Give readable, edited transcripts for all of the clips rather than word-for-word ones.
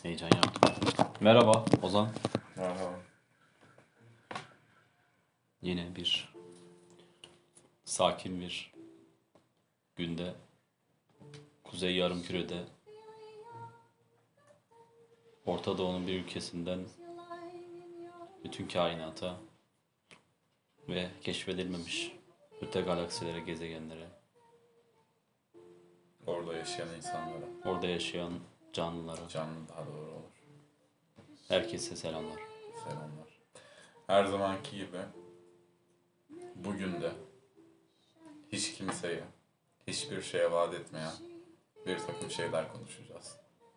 Heyecan yaptım. Merhaba Ozan. Merhaba. Yine bir sakin bir günde Kuzey Yarımküre'de Orta Doğu'nun bir ülkesinden bütün kainata ve keşfedilmemiş öte galaksilere, gezegenlere, Orada yaşayan insanlara, orada yaşayan canlılara, canlı daha doğru olur. herkese selamlar. Selamlar. Her zamanki gibi bugün de hiç kimseye, hiçbir şeye vaat etmeyen bir takım şeyler konuşacağız.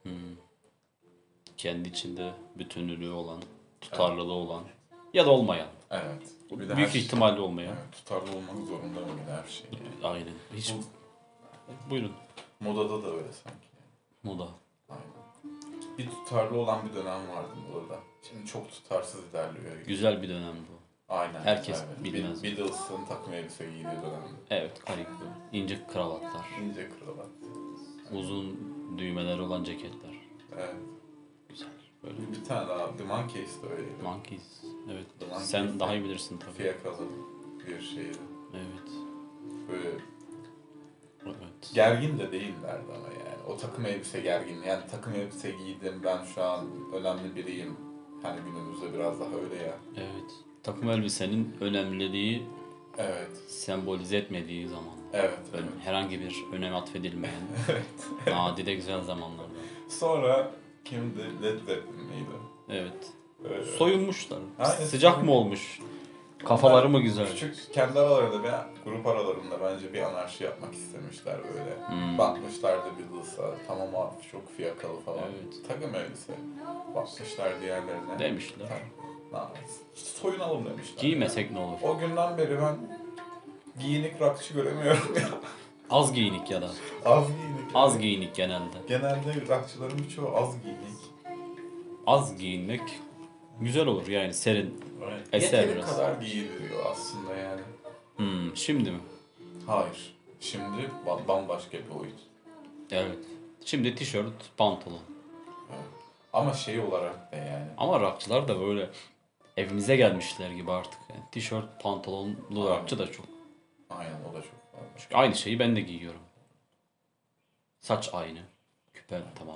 Kendi içinde bütünlüğü olan, tutarlılığı olan ya da olmayan. Evet. Bir de Büyük ihtimalle olmayan. Evet, tutarlı olmak zorunda mı bir de her şey? Yani. Aynen. Hiç... Buyurun. Modada da öyle sanki. Moda. Aynen. Bir tutarlı olan bir dönem vardı modada. Şimdi çok tutarsız ilerliyor. Güzel bir dönem bu. Aynen. Herkes evet. bilmez. Beatles'ın takım elbise giydiği dönem. Evet, karikli. İnce kravatlar. İnce kravat. Uzun düğmeleri olan ceketler. Evet. Güzel. Böyle. Bir tane daha The Monkeys de öyleydi. Monkeys. Evet. The Monkeys Sen de daha iyi bilirsin tabii. Fiyakalı bir şeydi. Evet. Böyle Evet. gergin de değillerdi ama yani. O takım elbise gergin. Yani takım elbise giydim, ben şu an önemli biriyim. Hani günümüzde biraz daha öyle ya. Evet. Takım elbisenin önemliliği Evet. sembolize etmediği zaman. Evet. evet. Herhangi bir önem atfedilmeyen. Nadide güzel zamanlarda. Sonra kimdi? Led Zeppelin miydi? Evet. Öyle. Soyunmuşlar. Aynen, Sıcak mı olmuş? Kafaları mı güzel? Küçük kendi aralarında bir grup aralarında bence bir anarşi yapmak istemişler böyle. Bakmışlardı Beatles'a, tamam abi çok fiyakalı falan. Evet. Takım elbise. Bakmışlar diğerlerine. Demişler. Soyunalım demişler. Giymesek ne olur? O günden beri ben giyinik rockçı göremiyorum ya. Az giyinik ya da. Az giyinik. Az giyinik genelde. Genelde rockçıların birçoğu az giyinik. Az giyinmek güzel olur yani serin. Eser Yeteri biraz. kadar giyiliyor aslında yani. Şimdi mi? Hayır. Şimdi bambaşka bir boyut. Evet. Şimdi tişört, pantolon. Evet. Ama şey olarak da yani. Ama rockçılar da böyle evimize gelmişler gibi artık. Yani tişört, pantolonlu rockçı da çok. Aynen o da çok fazla. Çünkü aynı şeyi ben de giyiyorum. Saç aynı. Küpe tamam.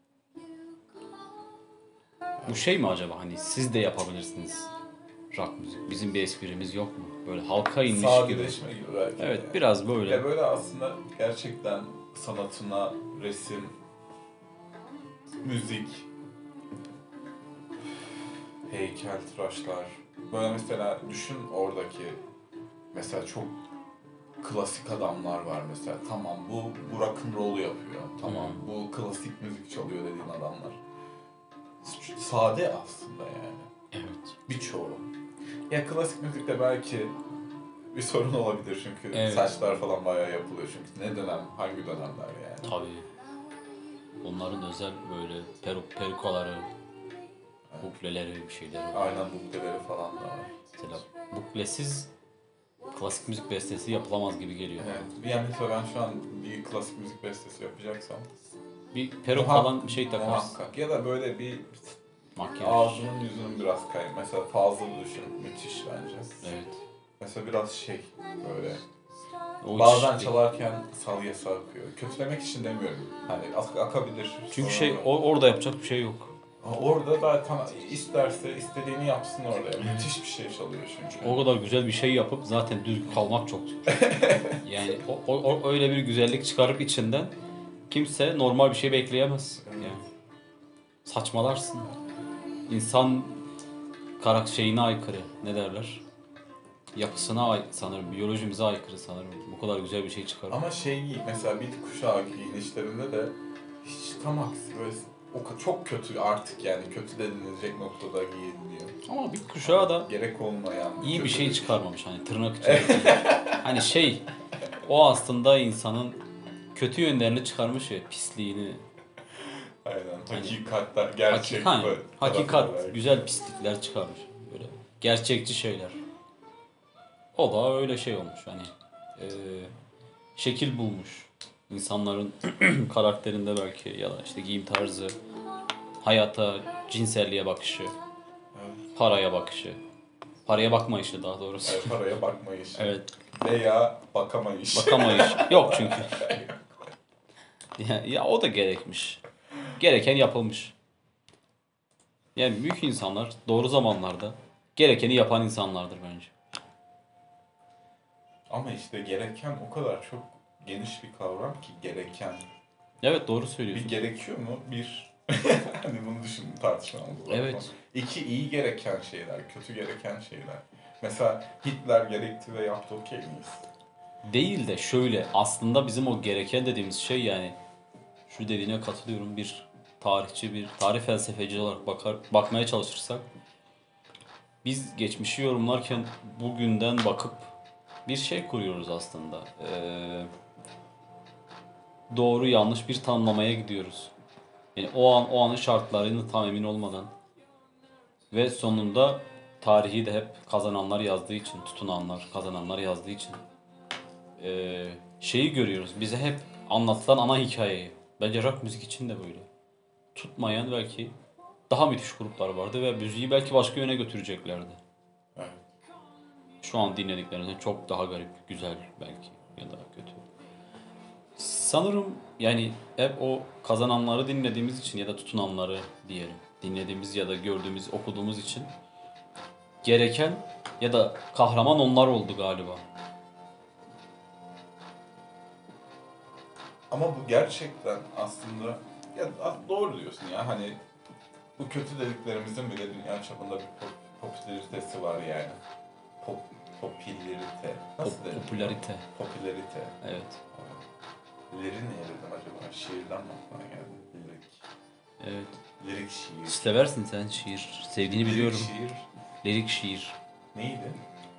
Bu şey mi acaba hani siz de yapabilirsiniz rock müzik. Bizim bir esprimiz yok mu? Böyle halka inmiş gibi. Sadeleşme gibi belki. Evet de. biraz böyle. Ya böyle aslında gerçekten sanatına, resim, müzik, heykeltıraşlar. Böyle mesela düşün oradaki mesela çok klasik adamlar var mesela. Tamam bu rock'n'roll yapıyor. Tamam bu klasik müzik çalıyor dediğin adamlar. Sade aslında yani. Evet. Birçoğu. Ya klasik müzikte belki bir sorun olabilir çünkü Evet. saçlar falan bayağı yapılıyor çünkü ne dönem, hangi dönemler yani. Tabii. Onların özel böyle perukaları, bukleleri bir şeyleri var. Aynen bukleleri falan da var. Mesela buklesiz klasik müzik bestesi yapılamaz gibi geliyor. Evet. Yani mesela ben şu an bir klasik müzik bestesi yapacaksam Bir peruk falan bir şey takarsın. muhakkak. Ya da böyle bir Makyaj. ağzının yüzünün biraz kayın. Mesela fazla düşün. Müthiş bence. Evet. Mesela biraz şey böyle O bazen hiç- çalarken salyası akıyor. Kötülemek için demiyorum. Hani akabilir. Çünkü Sonra şey da- orada yapacak bir şey yok. Orada zaten isterse istediğini yapsın orada. Müthiş bir şey çalıyor çünkü. O kadar güzel bir şey yapıp zaten düz kalmak çok zor. Yani öyle bir güzellik çıkarıp içinden kimse normal bir şey bekleyemez. Evet. Yani saçmalarsın. İnsan şeyine aykırı. Ne derler? Yapısına sanırım, biyolojimize aykırı sanırım. Bu kadar güzel bir şey çıkarıp. Ama mesela bir kuşağı giyinişlerinde de hiç tam aksi böyle çok kötü artık yani kötü denilecek noktada giyiniliyor. Ama bir kuşağı da Gerek olmayan iyi bir kötü şey çıkarmamış hani tırnak içinde. Hani o aslında insanın kötü yönlerini çıkarmış ya, pisliğini. Aynen. Hani Hakikatler, gerçek hakikat, taraflar. güzel pislikler çıkarmış. Böyle gerçekçi şeyler. O da öyle şey olmuş hani şekil bulmuş. İnsanların karakterinde belki ya da işte giyim tarzı hayata, cinselliğe bakışı, Evet. paraya bakışı, paraya bakmayışı daha doğrusu. Evet, paraya bakmayış. Evet. Veya bakamayış. Bakamayış. Yok çünkü. Ya o da gerekmiş. Gereken yapılmış. Yani büyük insanlar doğru zamanlarda gerekeni yapan insanlardır bence. Ama işte gereken o kadar çok geniş bir kavram ki gereken. Evet doğru Bir söylüyorsun. gerekiyor mu? Bir. Hani bunu düşün tartışmamız var. Evet. İki iyi gereken şeyler, kötü gereken şeyler. Mesela Hitler gerekti ve yaptı, okey miyiz? Değil de şöyle aslında bizim o gereken dediğimiz şey yani şu dediğine katılıyorum bir tarihçi bir tarih felsefeci olarak bakmaya çalışırsak biz geçmişi yorumlarken bugünden bakıp bir şey kuruyoruz aslında. Doğru yanlış bir tanımlamaya gidiyoruz. Yani o anın şartlarını tam emin olmadan ve sonunda tarihi de hep kazananlar yazdığı için, tutunanlar, kazananlar yazdığı için şeyi görüyoruz. Bize hep anlatılan ana hikayeyi. Bence rock müzik için de böyle. Tutmayan belki daha müthiş gruplar vardı ve müziği belki başka yöne götüreceklerdi. Evet. Şu an dinlediklerimizden çok daha garip, güzel belki ya da kötü. Sanırım yani hep o kazananları dinlediğimiz için ya da tutunanları diyelim. Dinlediğimiz ya da gördüğümüz, okuduğumuz için gereken ya da kahraman onlar oldu galiba. Ama bu gerçekten aslında ya doğru diyorsun ya, hani bu kötü dediklerimizin bile dünya çapında bir popülaritesi var yani. Pop, popülerite. Nasıl denir? Popülarite. Popülerite. Evet. Lirin nereden acaba? Şiirden mi aklına geldi? Lirik. Evet. Lirik şiir. Seversin sen şiir. Sevdiğini Lirik biliyorum. şiir Lirik şiir. neydi?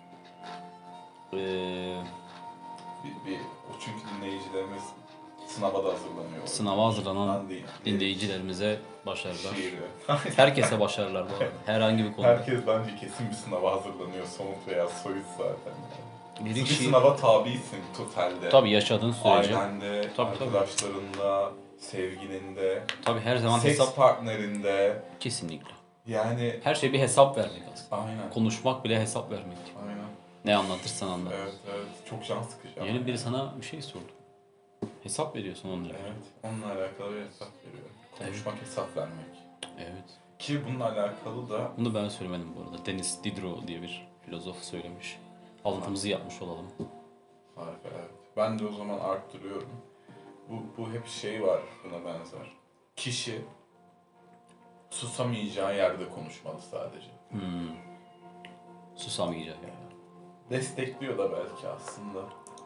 Ee, O çünkü dinleyicilerimiz sınava da hazırlanıyor. Sınava hazırlanan Ben değil. dinleyicilerimize başarılar. Şiiri. Herkese başarılar bu arada. Herhangi bir konuda. Herkes bence kesin bir sınava hazırlanıyor. Somut veya soyut zaten. Lirik Bir şiir. sınava tabisin totalde. Tabii yaşadığın sürece. Ailende, Tabii. arkadaşlarında, sevgilinde, Tabii her zaman seks hesap. partnerinde. Kesinlikle. Yani Her şey bir hesap vermek aslında. aynen. Konuşmak bile hesap vermek. Aynen. Ne anlatırsan anlat. Evet, evet. Çok can sıkıcı. Diyelim biri sana bir şey sordu. Hesap veriyorsun onlara. Evet. Onunla alakalı bir hesap veriyor. Konuşmak, hesap vermek. Evet. Ki bununla alakalı da Bunu ben söylemedim bu arada. Denis Diderot diye bir filozof söylemiş. Alıntımızı yapmış olalım. harika, evet. Ben de o zaman arttırıyorum. Bu hep şey var buna benzer. Kişi susamayacağı yerde konuşmalı sadece. Susamayacak yani. Destekliyor da belki aslında.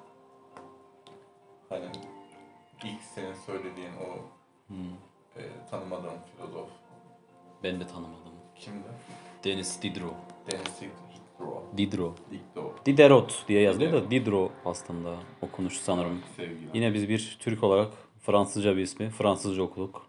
Hani ilk senin söylediğin o tanımadığın filozof. Ben de tanımadım. Kimdi? Denis Diderot. Denis Diderot. Diderot. Diderot. Diderot diye yazılıyor da Diderot aslında okunuş sanırım. Sevgiler. Yine biz bir Türk olarak Fransızca bir ismi. Fransızca okuduk.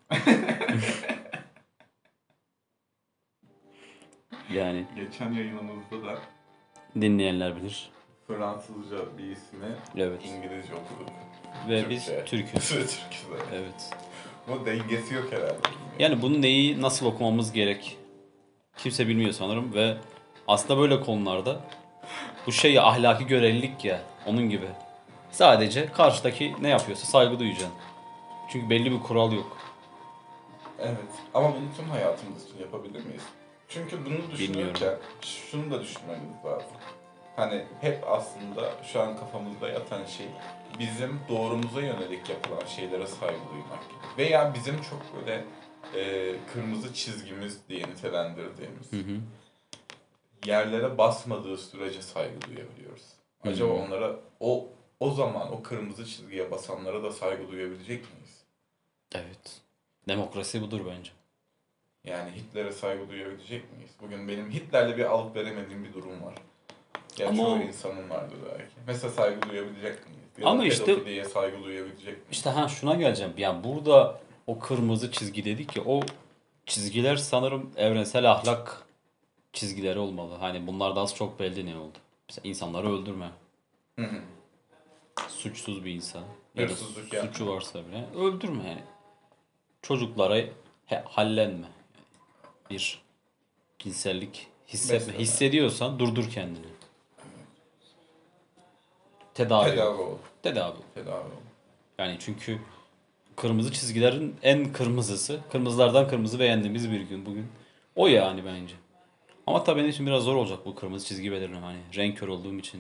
Yani Geçen yayınımızda da dinleyenler bilir. Fransızca bir ismi Evet. İngilizce okuduk. Ve biz Türkçe. Türk'üz. Türkçe. Evet. Bu dengesi yok herhalde. Yani bunu neyi nasıl okumamız gerek? Kimse bilmiyor sanırım ve aslında böyle konularda bu şey ya, ahlaki görelilik ya onun gibi. Sadece karşıdaki ne yapıyorsa saygı duyacaksın. Çünkü belli bir kural yok. Evet. Ama bunu tüm hayatımız için yapabilir miyiz? Çünkü bunu düşünürken şunu da düşünmemiz lazım. Hani hep aslında şu an kafamızda yatan şey bizim doğrumuza yönelik yapılan şeylere saygı duymak gibi. Veya bizim çok böyle kırmızı çizgimiz diye nitelendirdiğimiz yerlere basmadığı sürece saygı duyabiliyoruz. Acaba onlara o zaman o kırmızı çizgiye basanlara da saygı duyabilecek miyiz? Evet. Demokrasi budur bence. Yani Hitler'e saygı duyabilecek miyiz? Bugün benim Hitler'le bir alıp veremediğim bir durum var. Ya Ama çoğu insanın vardır belki. Mesela saygı duyabilecek miyiz? Ya Ama da işte- pedofiliye saygı duyabilecek miyiz? İşte şuna geleceğim. Yani burada o kırmızı çizgi dedik ya o çizgiler sanırım evrensel ahlak çizgileri olmalı. Hani bunlar da az çok belli ne oldu. Mesela insanları öldürme. Hı hı. Suçsuz bir insan ya da Hırsızlık yapma. suçu varsa bile öldürme yani. Çocuklara Hallenme. Bir cinsellik hissetme. Mesela. Hissediyorsan durdur kendini. Tedavi. Tedavi ol. Tedavi. Tedavi ol. Yani çünkü kırmızı çizgilerin en kırmızısı. Kırmızılardan kırmızı beğendiğimiz bir gün bugün. O yani bence. Ama tabii benim için biraz zor olacak bu kırmızı çizgi belirleme. Hani renk kör olduğum için.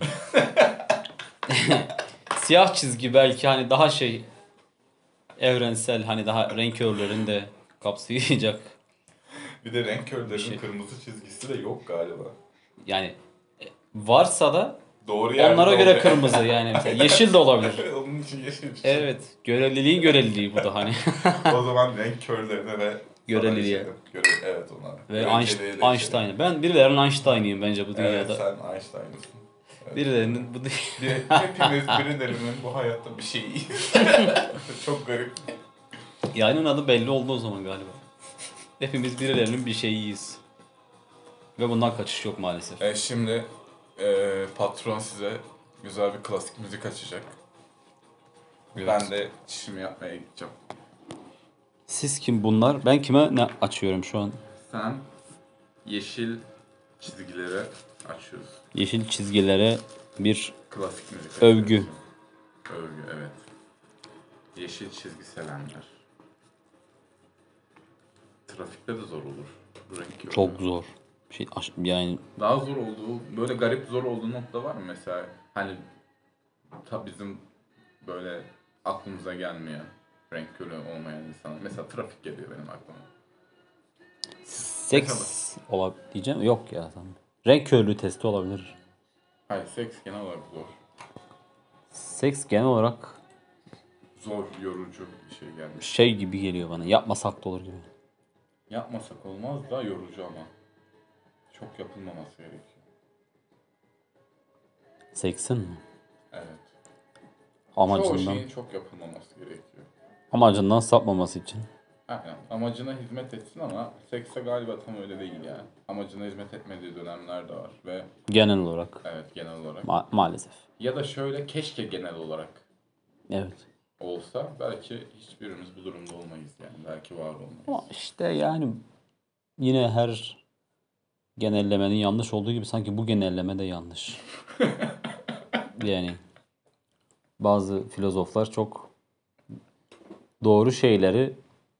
Siyah çizgi belki hani daha şey evrensel, hani daha renk körlerini de kapsayacak. Bir de renk körlerinin şey. kırmızı çizgisi de yok galiba. Yani varsa da Doğru yerde onlara göre olacak. kırmızı, yani mesela yeşil de olabilir. Onun için yeşil bir şey. Evet, görevliliğin görevliliği bu da hani. O zaman renk körlerine ve Göreliliğe. Evet ona. Ve Göreceliğe de Einstein. Ben birilerinin Einstein'ıyım bence bu Evet dünyada. sen Einstein'ısın. Evet. Birilerinin bu Hepimiz birilerinin bu hayatta bir şeyiyiz. Çok garip. yani adı belli oldu o zaman galiba. Hepimiz birilerinin bir şeyiyiz. Ve bundan kaçış yok maalesef. Şimdi patron size güzel bir klasik müzik açacak. Evet. Ben de çişimi yapmaya gideceğim. Siz kim bunlar? Ben kime ne açıyorum şu an? Sen yeşil çizgileri açıyorsun. Yeşil çizgilere bir Klasik müzik övgü. açıyorsun. Övgü, evet. Yeşil çizgi sevenler. Trafikte de zor olur. Bu renk yok. Çok zor. Yani Daha zor olduğu, böyle garip zor olduğu nokta var mı mesela? Hani bizim böyle aklımıza gelmeyen, renk körü olmayan insanlar. Mesela trafik geliyor benim aklıma. seks diyeceğim. Yok ya tamam. Renk körlüğü testi olabilir. Hayır, seks genel olarak zor. Seks genel olarak Zor, yorucu bir şey gelmiş. şey gibi geliyor bana. Yapmasak da olur gibi. Yapmasak olmaz da yorucu ama. Çok yapılmaması gerekiyor. Seksin mi? Evet. Çoğu Amacından. şeyin çok yapılmaması gerekiyor. Amacından sapmaması için. Aynen. Amacına hizmet etsin ama sekse galiba tam öyle değil ya. Amacına hizmet etmediği dönemler de var ve Genel olarak. evet genel olarak. Maalesef. Ya da şöyle keşke genel olarak Evet. olsa belki hiçbirimiz bu durumda olmayız yani. Belki var olmayız. Ama işte yani yine her genellemenin yanlış olduğu gibi sanki bu genelleme de yanlış. Yani bazı filozoflar çok doğru şeyleri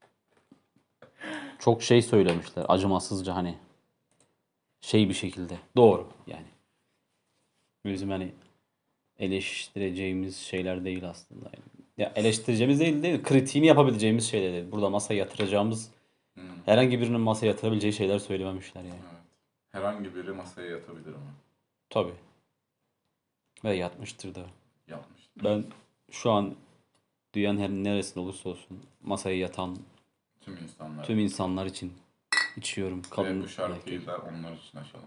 çok şey söylemişler. Acımasızca hani şey bir şekilde. Doğru yani. Bizim hani eleştireceğimiz şeyler değil aslında. Yani. Ya eleştireceğimiz değil, kritiğini yapabileceğimiz şeyler değil. Burada masaya yatıracağımız herhangi birinin masaya yatırabileceği şeyler söylememişler yani. Evet. Herhangi biri masaya yatabilir ama. Tabii. Ve yatmıştır da. Yapmış. Ben şu an dünyanın her neresinde olursa olsun masaya yatan Tüm insanlar. tüm insanlar için içiyorum. Ve Kadın, bu şarkıyı erkek. da onlar için açalım.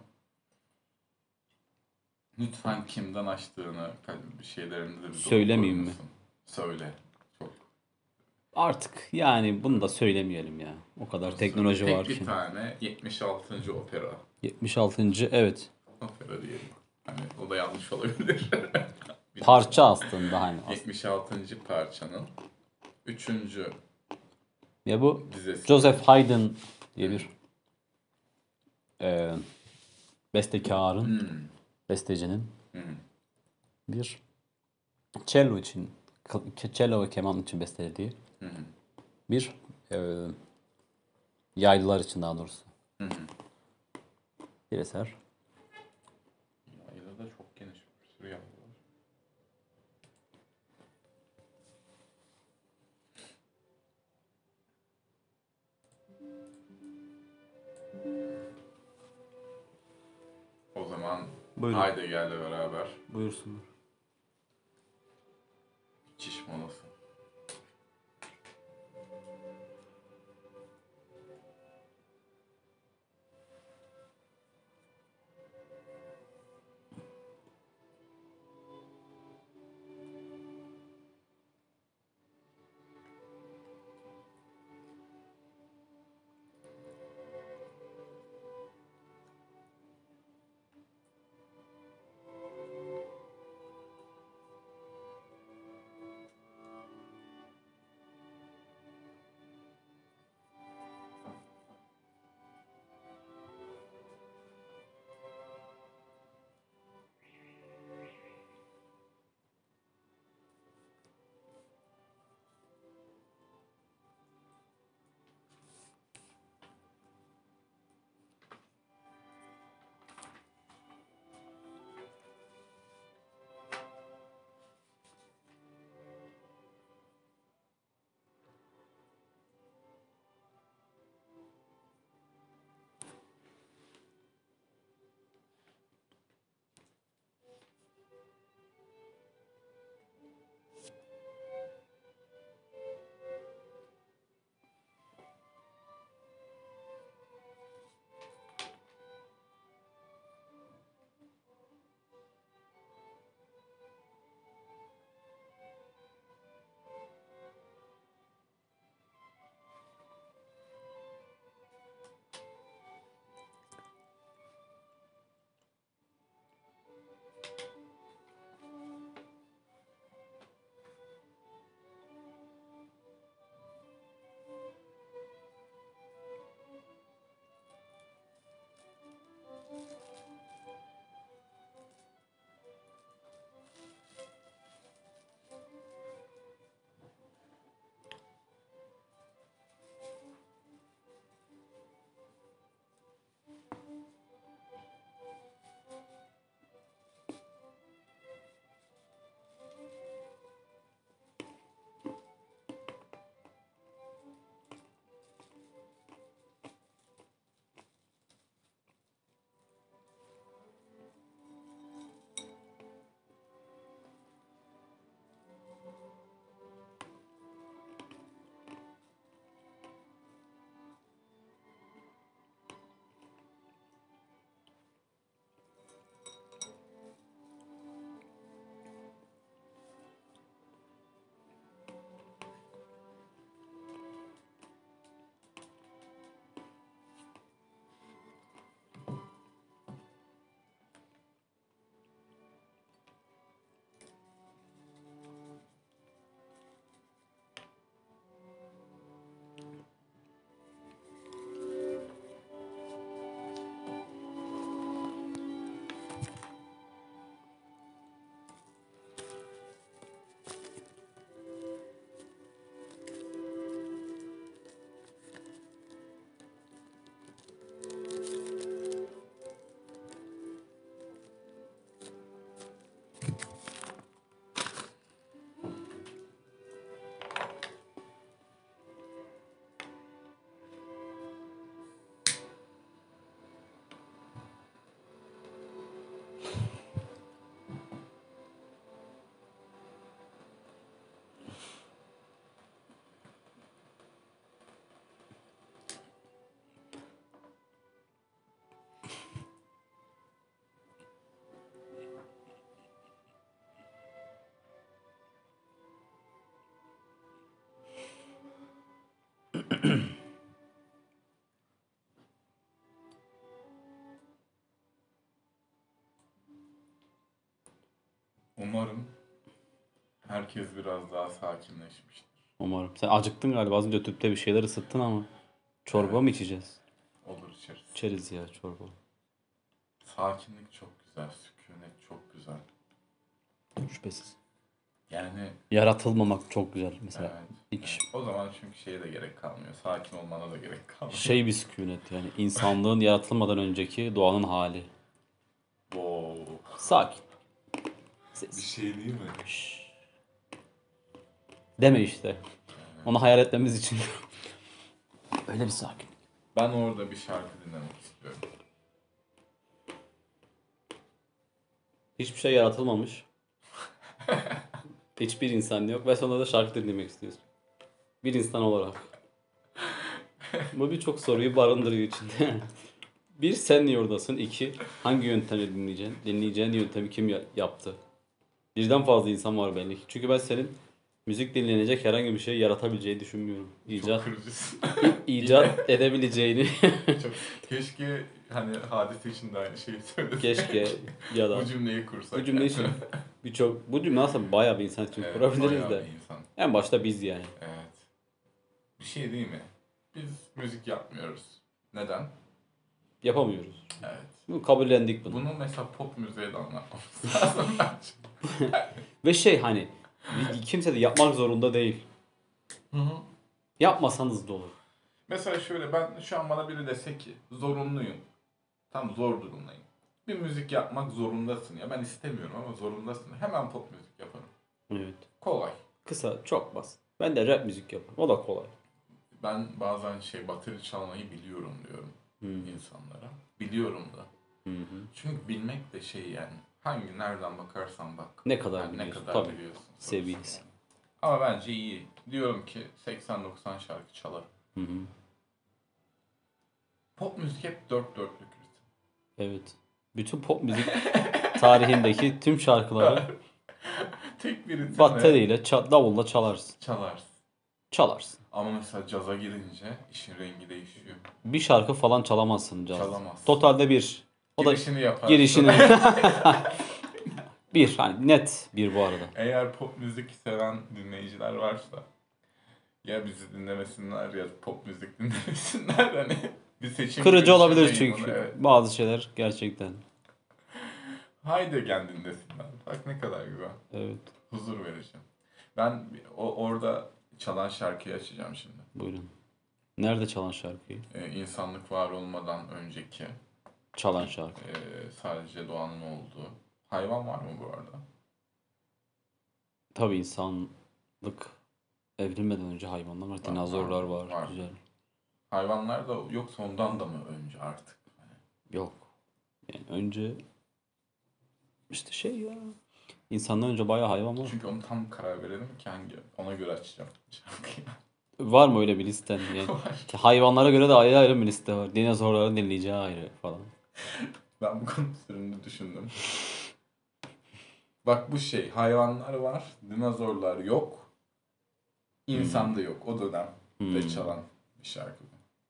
Lütfen kimden açtığını, bir şeylerini de bize Söylemeyeyim mi? okur musun? Söyle. Çok. Artık yani bunu da söylemeyelim ya. O kadar teknoloji Tek var bir ki. tane 76. opera. 76. evet. Opera diyelim. Hani o da yanlış olabilir. Parça aslında hani. 76. parçanın 3. Ya bu dizesi. Joseph Haydn diye bir bestekarın, bestecinin bir cello için, cello ve keman için bestelediği bir yaylılar için daha doğrusu bir eser. Yayla da çok geniş bir sürü yayla var. O zaman Buyurun. Heidegger'le beraber Buyursunlar. çiş molası. Umarım herkes biraz daha sakinleşmiştir. Umarım. Sen acıktın galiba. Az önce tüpte bir şeyler ısıttın ama. Çorba Evet. mı içeceğiz? Olur içeriz. İçeriz ya çorba. Sakinlik çok güzel, sükunet çok güzel. Şüphesiz. Yani Yaratılmamak çok güzel mesela. evet, İlk evet. O zaman çünkü şeye de gerek kalmıyor. Sakin olmana da gerek kalmıyor. şey bir sükunet yani. İnsanlığın yaratılmadan önceki doğanın hali. Wow. Sakin. Bir Ses. şey değil mi? Şşş. Deme işte. Onu hayal etmemiz için. Öyle bir sakin. Ben orada bir şarkı dinlemek istiyorum. Hiçbir şey yaratılmamış. Hiçbir insan yok ve sonra da şarkı dinlemek istiyorsun. Bir insan olarak. Bu birçok soruyu barındırıyor içinde. Bir, sen niye oradasın? İki, hangi yöntemi dinleyeceksin? Dinleyeceğin yöntemi kim yaptı? Birden fazla insan var belli ki. Çünkü ben senin müzik dinlenecek herhangi bir şey yaratabileceğini düşünmüyorum. Çok kırıcısın. İcat edebileceğini Çok, keşke hani Hadise için de aynı şeyi söyleseydim. keşke ya da Bu cümleyi kursak. bu cümle için bu cümle aslında bayağı bir insan için Evet, kurabiliriz bayağı de. bir insan. En başta biz yani. Evet. Bir şey değil mi? Biz müzik yapmıyoruz. Neden? Yapamıyoruz. Evet. Bu kabullendik bunu. Bunu mesela pop müziğe de anlatmamız lazım bence. Ve şey hani kimse de yapmak zorunda değil. Yapmasanız da olur. Mesela şöyle ben şu an bana biri dese ki zorunluyum. Tam zor durumdayım. Bir müzik yapmak zorundasın ya. Ben istemiyorum ama zorundasın. Hemen pop müzik yaparım. Evet. Kolay. Kısa, çok basit. Ben de rap müzik yaparım. O da kolay. Ben bazen bateri çalmayı biliyorum diyorum insanlara. Biliyorum da. Çünkü bilmek de yani. Nereden bakarsan bak. Ne kadar Yani ne biliyorsun? kadar Tabii. biliyorsun. Seviyesi. Yani. Ama bence iyi. Diyorum ki 80-90 şarkı çalarım. Pop müzik hep dört dörtlük ritim. Evet. Bütün pop müzik tarihindeki tüm şarkıları Tek bir ritimle bateriyle, davulla çalarsın. çalarsın. Çalarsın. Ama mesela caza girince işin rengi değişiyor. Bir şarkı falan çalamazsın caz. Çalamazsın. Totalde bir. O Girişini da yaparsın. girişini. Bir. Hani net bir bu arada. Eğer pop müzik seven dinleyiciler varsa ya bizi dinlemesinler ya pop müzik dinlemesinler hani bir seçim Kırıcı gibi olabilir düşünmeyin çünkü. onu, evet. Bazı şeyler gerçekten. Heidegger dinlesinler. Bak ne kadar güzel. Evet. Huzur vereceğim. Ben orada çalan şarkıyı açacağım şimdi. Buyurun. Nerede çalan şarkıyı? İnsanlık var olmadan önceki Çalan şarkı. sadece doğanın olduğu. Hayvan var mı bu arada? Tabii insanlık evrilmeden önce hayvanlar var. Dinozorlar var. Güzel. Hayvanlar da yoksa ondan da mı önce artık? Yok. Yani önce işte şey ya. İnsandan önce bayağı hayvan var. Çünkü onu tam karar verelim ki ona göre açacağım şarkıyı. Var mı öyle bir listen? Yani hayvanlara göre de ayrı ayrı bir liste var. Dinozorların dinleyeceği ayrı falan. Ben bu konu üzerinde düşündüm. Bak bu hayvanlar var, dinozorlar yok, insan da yok. O dönem ve çalan bir şarkı.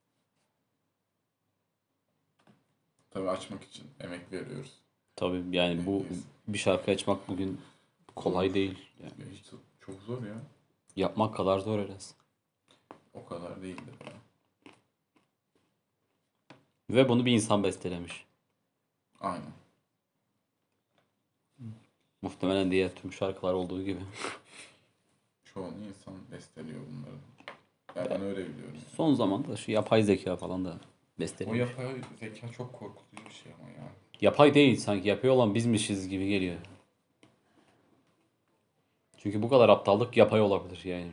Tabii açmak için emek veriyoruz. Tabii yani bu bir şarkı açmak bugün kolay değil. Yani Çok zor ya. yapmak kadar zor öylesi. O kadar değildir ya. Ve bunu bir insan bestelemiş. Aynen. Muhtemelen diğer tüm şarkılar olduğu gibi. Çoğunu insan besteliyor bunları. Yani ben öyle biliyorum. Yani. Son zamanda şu yapay zeka falan da O bestelemiş. yapay zeka çok korkutucu bir şey ama ya. Yapay değil sanki. Yapay olan bizmişiz gibi geliyor. Çünkü bu kadar aptallık yapay olabilir yani.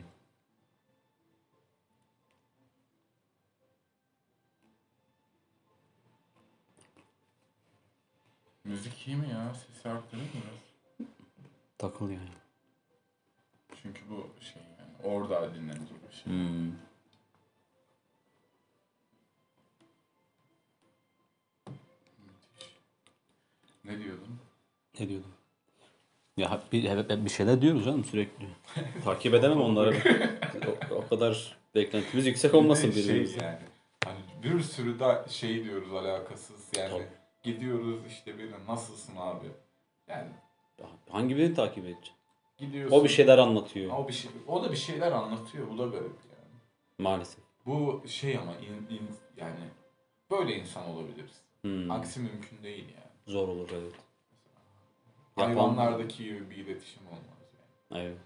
Müzik iyi mi ya? Sesi arttırayım mı biraz? Takıl yani. Çünkü bu yani orada dinlenecek bir şey. Müthiş. Ne diyordun? Ne diyordum? Ya hep bir şeyler diyoruz canım sürekli. Takip edemem onları. O kadar beklentimiz yüksek olmasın Bir de birbirimize. yani. Hani bir sürü de diyoruz alakasız yani. Tabii. Gidiyoruz işte nasılsın abi? Yani Hangi birini takip edeceksin? Gidiyorsun. O bir şeyler anlatıyor. O da bir şeyler anlatıyor. Bu da garip yani. Maalesef. Bu şey ama yani böyle insan olabiliriz. Hmm. Aksi mümkün değil yani. Zor olur evet. Hayvanlardaki gibi bir iletişim olmaz yani. Evet.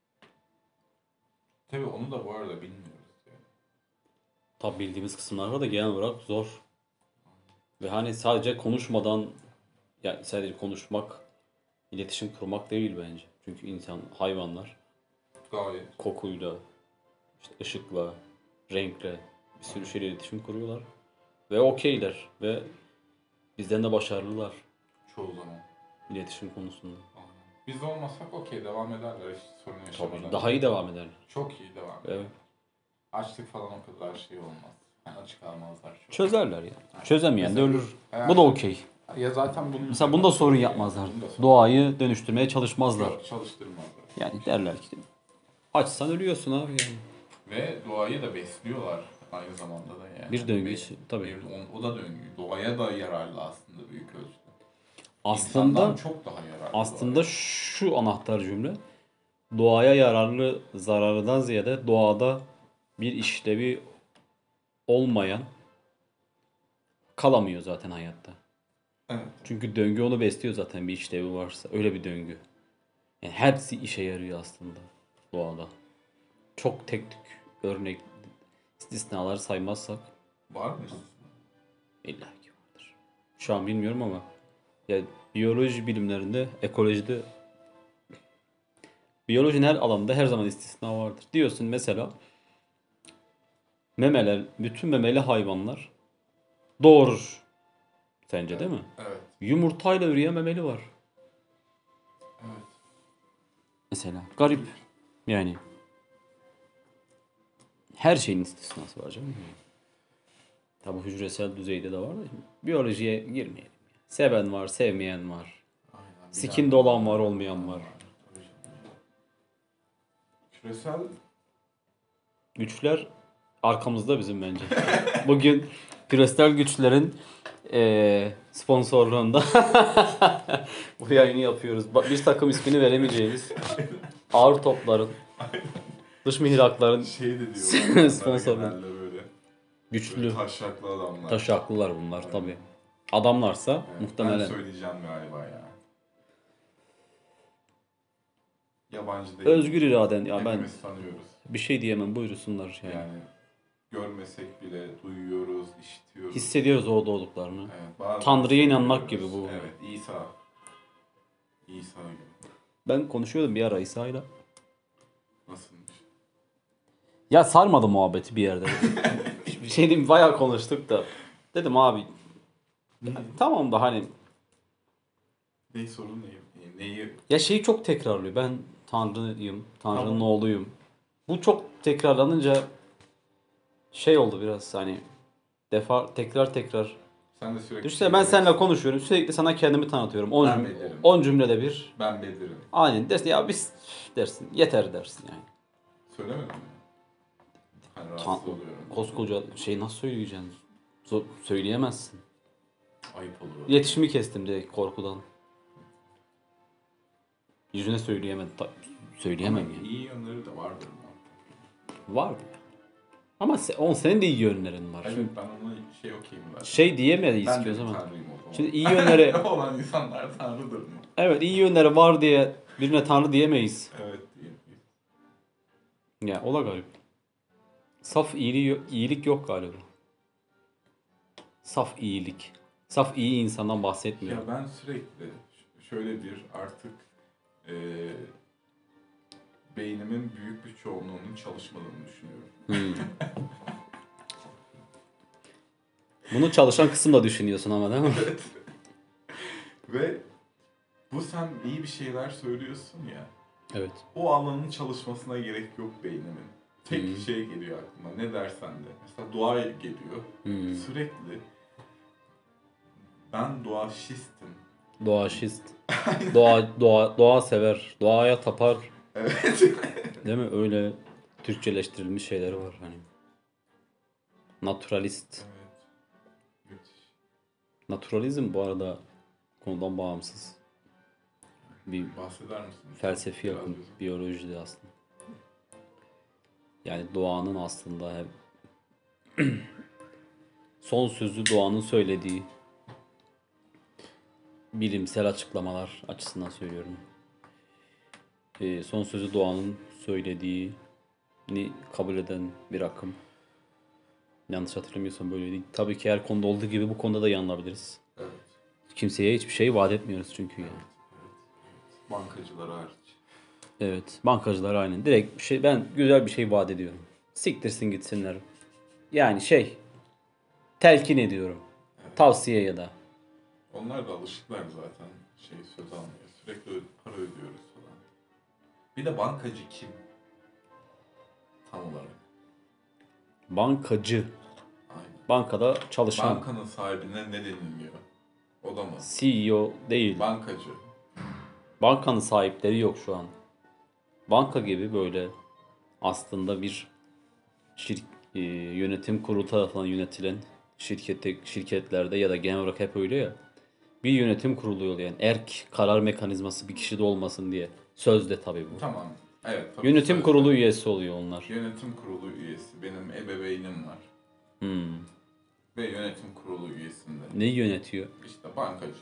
Tabii onu da bu arada bilmiyoruz yani. Tabi bildiğimiz kısımlar var da genel olarak zor. Ve hani sadece konuşmadan, yani sadece konuşmak, iletişim kurmak değil bence. Çünkü insan, hayvanlar Gayet. kokuyla, işte ışıkla, renkle bir sürü şeyle iletişim kuruyorlar. Ve okeyler ve bizden de başarılılar Çoğu zaman. iletişim konusunda. Aynen. Biz olmasak okey devam ederler hiç sorun yaşamadan. Tabii daha iyi devam ederler. Çok iyi devam eder. Evet. Açlık falan o kadar şey olmaz. Yani açık almazlar çok. Çözerler ya. Çözemeyen de Mesela- ölür. Evet. Bu da okey. Ya zaten bunun Mesela bunda sorun yapmazlar. Bunda sorun- Doğayı dönüştürmeye çalışmazlar. Yok, çalıştırmazlar. Yani derler ki açsan ölüyorsun abi yani. Ve doğayı da besliyorlar aynı zamanda da yani. Bir döngü tabii. O da döngü. Doğaya da yararlı aslında büyük ölçüde. Aslında İnsandan çok daha yararlı. aslında doğaya. şu anahtar cümle doğaya yararlı zararından ziyade doğada bir işlevi olmayan kalamıyor zaten hayatta. Evet. Çünkü döngü onu besliyor zaten bir işlevi varsa. Öyle bir döngü. Yani hepsi işe yarıyor aslında doğada. Çok tek tük örnek istisnalar saymazsak Var mı? illa ki vardır. Şu an bilmiyorum ama ya biyoloji bilimlerinde, ekolojide biyolojinin her alanında her zaman istisna vardır. Diyorsun mesela memeler, bütün memeli hayvanlar doğurur. Sence değil mi? Evet. Yumurtayla üreyen memeli var. Evet. Mesela garip. Yani her şeyin istisnası var canım. Tabi hücresel düzeyde de var da biyolojiye girmeyelim. Seven var, sevmeyen var. Aynen. Sikinde olan var, olmayan var. Küresel Güçler arkamızda bizim bence. Bugün küresel güçlerin sponsorluğunda bu yayını yapıyoruz. Bir takım ismini veremeyeceğimiz ağır topların, dış mihrakların şey de diyorlar. Sponsorlu. Genelde böyle güçlü, taşraklı adamlar. taşaklılar bunlar tabi. Adamlarsa Evet, ben muhtemelen. söyleyeceğim galiba ya. Yabancı değil. Özgür iraden ya ben Hepimiz tanıyoruz. bir şey diyemem buyursunlar yani. Yani görmesek bile duyuyoruz, işitiyoruz. Hissediyoruz o doğduklarını. Evet, bazen Tanrı'ya inanmak hissediyoruz. gibi bu. Evet, İsa. İsa gibi. Ben konuşuyordum bir ara İsa'yla. Nasılmış? Ya sarmadı muhabbeti bir yerde. Bir şey diyeyim bayağı konuştuk da. Dedim abi tamam da hani Neyi sorun neyi? Neyi? ya şeyi çok tekrarlıyor. Ben Tanrı'yım, Tanrı'nın Tamam. oğluyum. Bu çok tekrarlanınca şey oldu biraz hani tekrar. Sen de sürekli... Düşünsene ben seninle konuşuyorum. Sürekli sana kendimi tanıtıyorum. 10 Ben bilirim. 10 cümlede bir. Ben Bedir'im. Aynen dersin ya biz dersin. Yeter dersin yani. Söylemedim mi? Hani rahatsız Tan- oluyorum. Koskoca şey nasıl söyleyeceksin? Söyleyemezsin. Ayıp olur. İletişimi kestim direkt korkudan. Yüzüne söyleyemedim. Söyleyemem Ama yani. iyi yönleri de vardır mı? Var. Ama senin de iyi yönlerin var. Hayır, Şimdi ben ona şey okuyayım ben. şey diyemeyiz Ben ki de o bir zaman. tanrıyım o zaman. Şimdi iyi yönleri olan insanlar tanrıdır mı? evet iyi yönleri var diye birine tanrı diyemeyiz. Evet diyeyim. Ya o da garip. Saf iyilik yok galiba. Saf iyilik. Saf iyi insandan bahsetmiyorum. Ya ben sürekli şöyle bir artık beynimin büyük bir çoğunluğunun çalışmadığını düşünüyorum. Bunu çalışan kısımda düşünüyorsun ama değil mi? Ve bu sen iyi bir şeyler söylüyorsun ya. Evet. O alanın çalışmasına gerek yok beynimin. Tek Hı. şey geliyor aklıma ne dersen de. Mesela dua geliyor. Sürekli ben doğaşistim. Doğaşist. Doğa sever. Doğaya tapar. Evet. Değil mi? Öyle Türkçeleştirilmiş şeyleri var hani. Naturalist. Evet. Müthiş. Naturalizm bu arada konudan bağımsız. Bir Bahseder misin? felsefi Biraz akım, bize. biyoloji de aslında. Yani doğanın aslında hep son sözü doğanın söylediği bilimsel açıklamalar açısından söylüyorum. Son sözü doğanın söylediğini kabul eden bir akım. Yanlış hatırlamıyorsam böyleydi. Tabii ki her konuda olduğu gibi bu konuda da yanılabiliriz. Evet. Kimseye hiçbir şey vaat etmiyoruz çünkü yani. Bankacılar hariç. Evet, bankacılar aynen. Direkt bir şey, ben güzel bir şey vaat ediyorum. Siktirsin gitsinler. Yani telkin ediyorum. Tavsiye ya da. Onlar da alışıklar zaten söz almaya. Sürekli para ödüyoruz falan. Bir de bankacı kim? Tam olarak. Bankacı. Aynen. Bankada çalışan. Bankanın sahibine ne deniliyor? O da mı? CEO değil. Bankacı. Bankanın sahipleri yok şu an. Banka gibi böyle aslında bir yönetim kurulu tarafından yönetilen şirketlerde ya da genel olarak hep öyle ya. Bir yönetim kurulu oluyor yani. Erk karar mekanizması bir kişide olmasın diye. Sözde tabii bu. Tamam. Evet. Tabii Yönetim sözde. kurulu üyesi oluyor onlar. Yönetim kurulu üyesi. Benim ebeveynim var. Ve yönetim kurulu üyesinde. Neyi yönetiyor? İşte bankacı.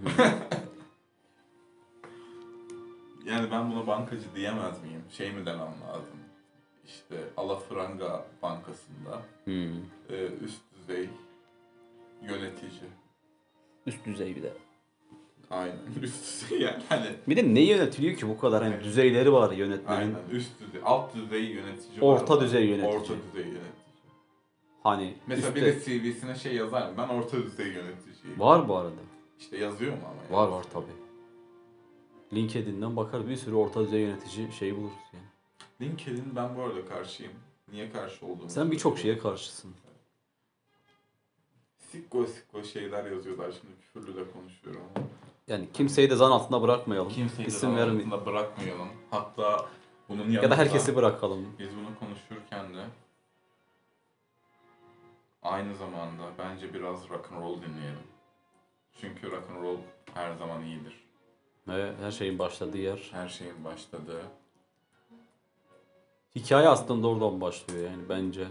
Yani ben buna bankacı diyemez miyim? Şey mi demem lazım? İşte Alafranga Bankası'nda üst düzey yönetici. Üst düzey bir de. Aynen üst düzey yani hani. Bir de ne yönetiliyor ki bu kadar? Hani Evet. düzeyleri var yönetmenin. Aynen üst düzey, alt düzey yönetici Orta var. düzey yönetici. Orta düzey yönetici. Hani Mesela üstte... biri CV'sine şey yazar mı? Ben orta düzey yöneticiyim. Var bu arada. İşte yazıyor mu ama? Var var tabii. LinkedIn'den bakar bir sürü orta düzey yönetici şeyi buluruz yani. LinkedIn ben bu arada karşıyım. Niye karşı olduğumu Sen birçok söyleyeyim. şeye karşısın. Sikko şeyler yazıyorlar şimdi küfürlü de konuşuyorum ama. Yani kimseyi de zan altında bırakmayalım. Kimseyi de İsim zan vermeyin. altında bırakmayalım. Hatta bunun yanında Ya da herkesi bırakalım. biz bunu konuşurken de aynı zamanda bence biraz rock and roll dinleyelim. Çünkü rock and roll her zaman iyidir. Ve her şeyin başladığı yer. Her şeyin başladığı. Hikaye aslında oradan başlıyor yani bence.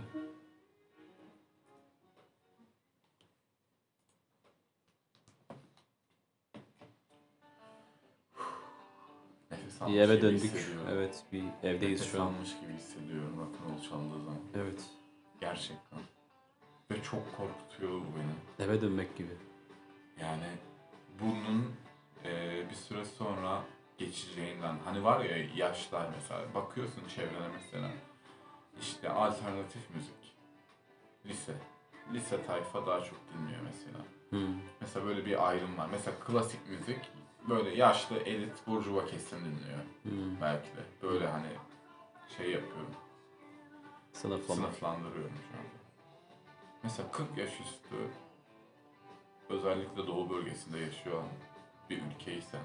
Nefes Bir almış eve gibi döndük. hissediyorum. Evet, bir evdeyiz Nefes şu an. almış gibi hissediyorum rock and roll çaldığı zaman. Evet. Gerçekten. Ve çok korkutuyor bu beni. Eve dönmek gibi. Yani bunun bir süre sonra geçeceğinden, hani var ya yaşlar mesela, bakıyorsun çevrene mesela, işte alternatif müzik, lise tayfa daha çok dinliyor mesela. Mesela böyle bir ayrım var. Mesela klasik müzik böyle yaşlı elit burjuva kesim dinliyor belki de. Böyle hani şey yapıyorum, sınıflandırıyorum şu anda. Mesela 40 yaş üstü, özellikle Doğu bölgesinde yaşayan bir ülkeysen,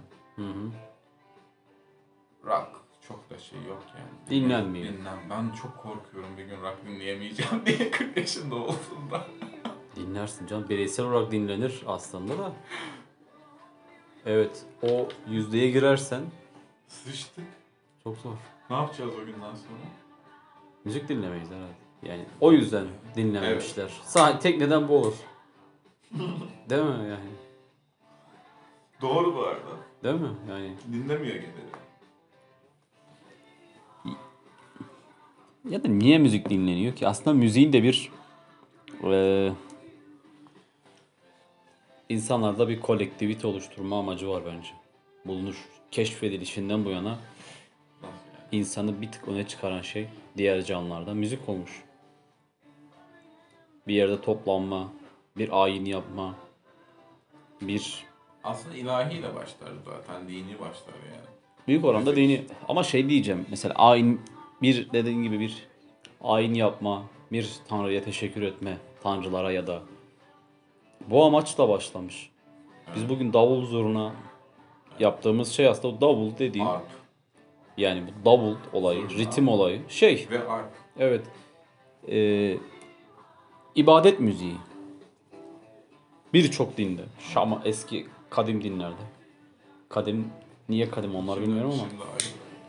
rock çok da şey yok yani. Dinlenmiyor. Ben çok korkuyorum bir gün rock dinleyemeyeceğim diye 40 yaşında olduğumda. Dinlersin canım. Bireysel olarak dinlenir aslında da. Evet, o yüzdeye girersen Sıçtık. çok zor. Ne yapacağız o günden sonra? Müzik dinlemeyiz herhalde. Yani o yüzden dinlememişler. Sadece tek neden bu olur. Değil mi yani? Doğru bu arada. Değil mi? Yani Dinlemiyor genelde. ya da niye müzik dinleniyor ki? Aslında müziğin de bir insanlarda bir kolektivite oluşturma amacı var bence. Bulunuş, keşfedilişinden bu yana Nasıl yani? insanı bir tık öne çıkaran şey diğer canlılardan müzik olmuş. Bir yerde toplanma, bir ayin yapma, bir Aslında ilahiyle başlar zaten, dini başlar yani. büyük oranda Müzik. dini ama şey diyeceğim mesela ayin bir dediğin gibi bir ayin yapma, bir tanrıya teşekkür etme, tanrılara ya da bu amaçla başlamış. Biz bugün davul zurna yaptığımız şey aslında o davul dediğin Arp yani bu davul olayı, Zurna. ritim olayı şey ve arp. evet ibadet müziği. Birçok dinde, Şam eski kadim dinlerde, kadim Niye kadim onlar bilmiyorum ama. Şimdi ayrı.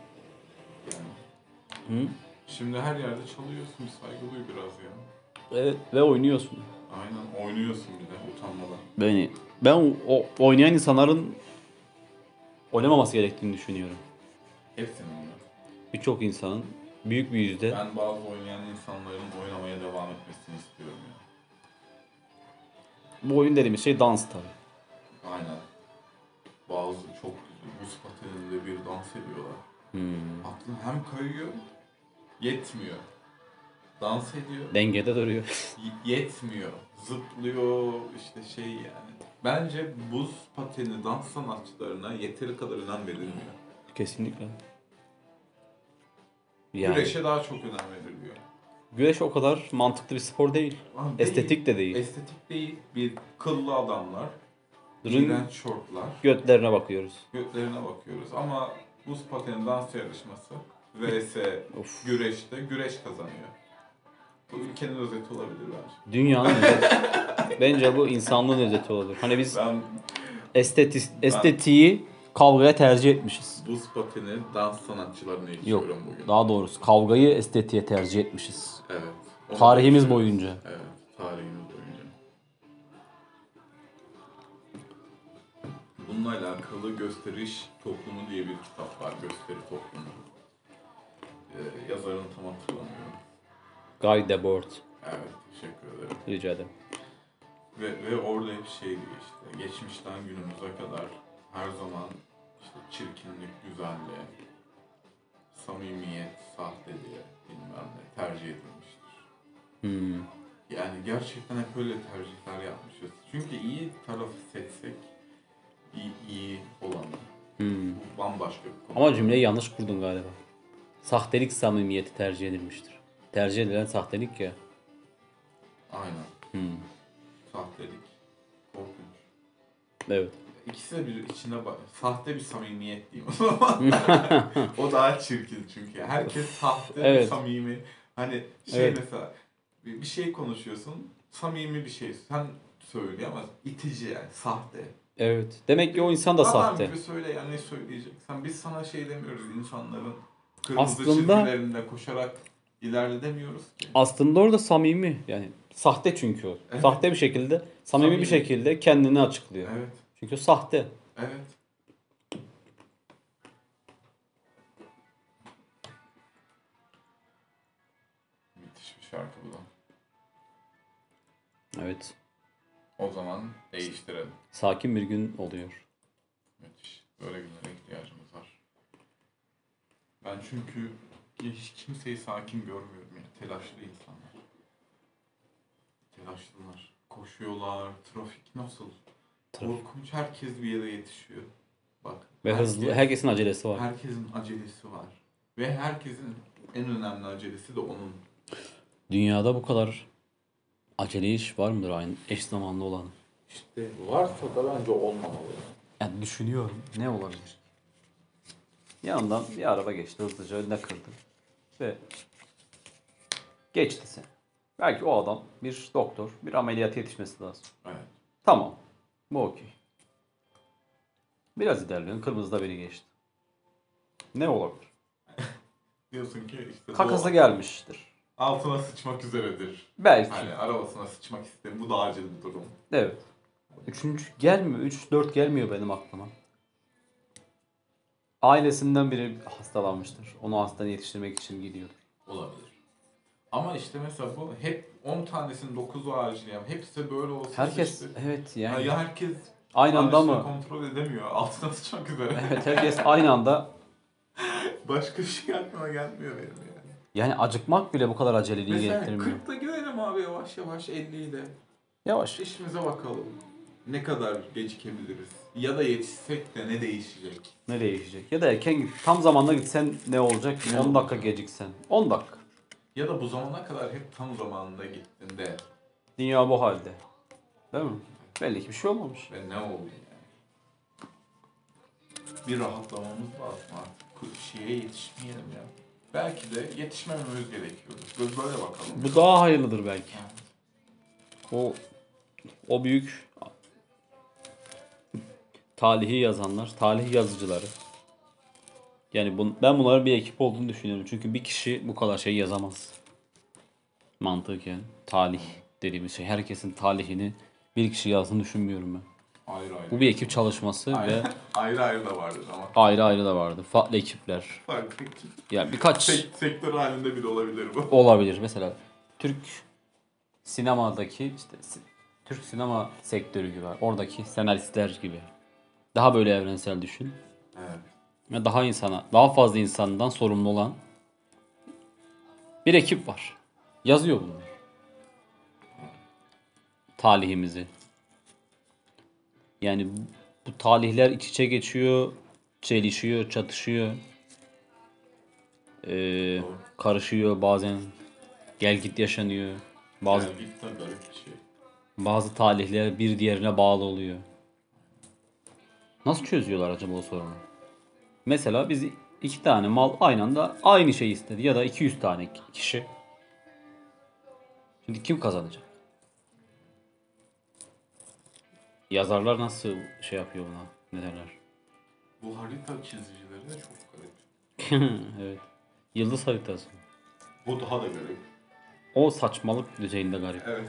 Yani, Hı? şimdi her yerde çalıyorsun, bir saygı duy biraz ya. Evet ve oynuyorsun. Aynen, oynuyorsun bir de utanmadan. Ben o oynayan insanların oynamaması gerektiğini düşünüyorum. Hepsinin mi? Birçok insanın büyük bir yüzde. Ben bazı oynayan insanların oynamaya devam etmesini istiyorum ya. Bu oyun dediğimiz şey dans tabii. Aynen. Bazı çok buz pateninde bir dans ediyorlar. Aklın hem kayıyor, yetmiyor. Dans ediyor, Dengede duruyor. yetmiyor. Zıplıyor, işte şey yani. Bence buz pateni dans sanatçılarına yeteri kadar önem verilmiyor. Kesinlikle. Yani. Güreşe daha çok önem veriliyor. Güreş o kadar mantıklı bir spor değil. Ama Estetik de değil. Estetik değil. Bir kıllı adamlar, Rın iğrenç şortlar, götlerine bakıyoruz. götlerine bakıyoruz. Ama buz pateni dans yarışması vs Of. güreşte güreş kazanıyor. Bu ülkenin özeti olabilir bence. Dünyanın özeti. Bence bu insanlığın özeti olabilir. Hani biz Ben estetiği kavgaya tercih etmişiz. buz pateni dans sanatçılarına Yok. içiyorum bugün. Daha doğrusu kavgayı estetiğe tercih etmişiz. Evet. Onu Tarihimiz geçiyoruz. boyunca. Evet, tarihimiz boyunca. Bununla alakalı Gösteriş Toplumu diye bir kitap var. Gösteri Toplumu. Yazarını tam hatırlamıyorum. Guy Debord. Evet, teşekkür ederim. Rica ederim. Ve orada hep şeydi işte, geçmişten günümüze kadar her zaman işte çirkinlik, güzelliğe, samimiyet, sahteliğe bilmem ne tercih edilmiştir. Yani gerçekten hep öyle tercihler yapmışız. Çünkü iyi tarafı seçsek, iyi olanı. Bu bambaşka bir konu. Ama cümleyi yanlış kurdun galiba. Sahtelik samimiyeti tercih edilmiştir. Tercih edilen sahtelik ya. Aynen. Sahtelik, korkunç. Evet. İkisi de bir içine sahte bir samimiyet diyeyim o zaman. O daha çirkin çünkü. Herkes sahte, Evet. samimi. Hani Evet. mesela bir şey konuşuyorsun, samimi bir şey sen söylüyor ama itici yani, sahte. Evet. Demek ki o insan da Adam sahte. gibi söyle yani, ne söyleyeceksen. Biz sana şey demiyoruz, insanların kırmızı Aslında- çizgilerinde koşarak ilerle demiyoruz ki. Aslında orada samimi. Yani sahte çünkü o. Evet. Sahte bir şekilde, samimi bir şekilde kendini açıklıyor. Evet, Çünkü o sahte. evet. Müthiş bir şarkı bu da. Evet. O zaman değiştirelim. Sakin bir gün oluyor. Müthiş. Böyle günlere ihtiyacımız var. Ben çünkü hiç kimseyi sakin görmüyorum ya. Telaşlı insanlar. Telaşlılar. Koşuyorlar. Trafik nasıl? Korkunç. Herkes bir yere yetişiyor. Bak. Ve hızlı. Herkesin acelesi var. Herkesin acelesi var. Ve herkesin en önemli acelesi de onun. Dünyada bu kadar acele iş var mıdır aynı eş zamanlı olan? İşte varsa da bence olmamalı. Yani düşünüyorum. Ne olabilir? Yanından bir araba geçti hızlıca önüne kırdı. Ve geçti seni. Belki o adam bir doktor, bir ameliyata yetişmesi lazım. Evet. Tamam. Bu okey. Biraz ilerliyorsun. Kırmızıda biri geçti. Ne olabilir? Diyorsun ki işte Kakası bu gelmiştir. altına sıçmak üzeredir. Belki. Hani arabasına sıçmak istedim. Bu da acil bir durum. Evet. Üçüncü gelmiyor. 3-4 gelmiyor benim aklıma. Ailesinden biri hastalanmıştır. Onu hastaneye yetiştirmek için gidiyordur. Olabilir. Ama işte mesela bu hep 10 tanesinin 9'u acil yani. Hepsi böyle olsa Herkes işte. evet Ya, yani. ya herkes Aynı anda annesini mı? kontrol edemiyor. Altına sıçmak üzere. Evet herkes aynı anda. Başka bir şey aklıma gelmiyor benim yani. Yani acıkmak bile bu kadar aceleliği Mesela gerektirmiyor. 40'ta gidelim abi yavaş yavaş 50 ile. Yavaş. İşimize bakalım. Ne kadar gecikebiliriz? Ya da yetişsek de ne değişecek? Ne değişecek? Ya da erken git. Tam zamanda gitsen ne olacak? Ne 10 dakika olacak? geciksen. 10 dakika. Ya da bu zamana kadar hep tam zamanında gittin de Dünya bu halde. Değil mi? Belli ki bir şey olmamış. ve ne oldu yani? Bir rahatlamamız lazım artık. Şeye yetişmeyelim ya. Belki de yetişmememiz gerekiyordu. Böyle bakalım. Bu daha hayırlıdır belki. Evet. O büyük talihi yazanlar, talih yazıcıları Yani ben bunların bir ekip olduğunu düşünüyorum. Çünkü bir kişi bu kadar şey yazamaz. Mantıken. Talih dediğimiz şey. Herkesin talihini bir kişi yazdığını düşünmüyorum ben. Ayrı ayrı. Bu bir ekip çalışması Ayrı ve ayrı, ayrı da vardır ama. ayrı ayrı da vardı. Farklı ekipler. Farklı. Yani birkaç Sektör halinde bile olabilir bu. olabilir. Mesela Türk sinemadaki işte Türk sinema sektörü gibi. Oradaki senaristler gibi. Daha böyle evrensel düşün. Evet. Ve daha fazla insandan sorumlu olan bir ekip var. Yazıyor bunlar. Talihimizi. Yani bu talihler iç içe geçiyor, çelişiyor, çatışıyor. Karışıyor bazen. Gel git yaşanıyor. Bazı Yani git de garip bir şey. bazı talihler bir diğerine bağlı oluyor. Nasıl çözüyorlar acaba o sorunu? Mesela biz iki tane mal aynı anda aynı şeyi istedi ya da 200 tane kişi. Şimdi kim kazanacak? Yazarlar nasıl şey yapıyor buna? Ne derler? Bu harita çizicileri de çok garip. Evet. Yıldız haritası. Bu daha da garip. O saçmalık düzeyinde garip. Evet.